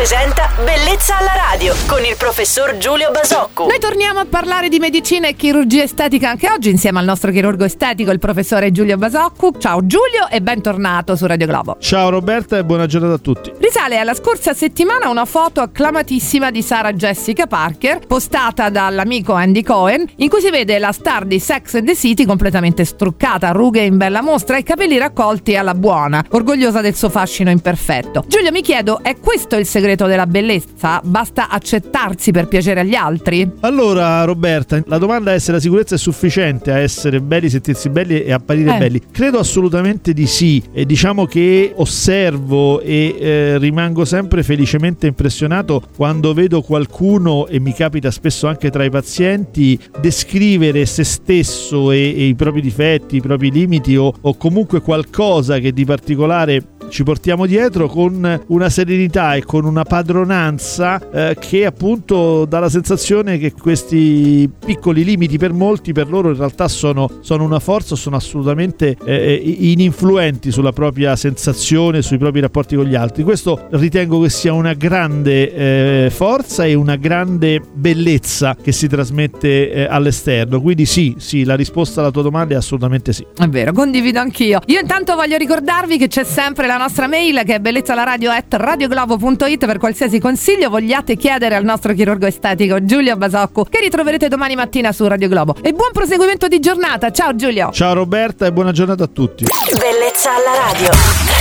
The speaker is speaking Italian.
presenta Bellezza alla radio con il professor Giulio Basocco. Noi torniamo a parlare di medicina e chirurgia estetica anche oggi insieme al nostro chirurgo estetico, il professore Giulio Basocco. Ciao Giulio e bentornato su Radio Globo. Ciao Roberta e buona giornata a tutti. Risale alla scorsa settimana una foto acclamatissima di Sarah Jessica Parker postata dall'amico Andy Cohen, in cui si vede la star di Sex and the City completamente struccata, rughe in bella mostra e capelli raccolti alla buona, orgogliosa del suo fascino imperfetto. Giulio, mi chiedo, è questo il segreto della bellezza? Basta accettarsi per piacere agli altri? Allora Roberta, la domanda è se la sicurezza è sufficiente a essere belli, sentirsi belli e apparire belli. Credo assolutamente di sì, e diciamo che osservo e rimango sempre felicemente impressionato quando vedo qualcuno, e mi capita spesso anche tra i pazienti, descrivere se stesso e i propri difetti, i propri limiti o comunque qualcosa che di particolare ci portiamo dietro con una serenità e con una padronanza che appunto dà la sensazione che questi piccoli limiti per molti, per loro in realtà sono una forza, sono assolutamente ininfluenti sulla propria sensazione, sui propri rapporti con gli altri. Questo ritengo che sia una grande forza e una grande bellezza che si trasmette all'esterno. Quindi sì, la risposta alla tua domanda è assolutamente sì. È vero, condivido anch'io. Io intanto voglio ricordarvi che c'è sempre la nostra mail, che è bellezzalaradio@radioglobo.it, per qualsiasi consiglio vogliate chiedere al nostro chirurgo estetico Giulio Basocco, che ritroverete domani mattina su Radio Globo. E buon proseguimento di giornata. Ciao Giulio. Ciao Roberta e buona giornata a tutti. Bellezza alla radio.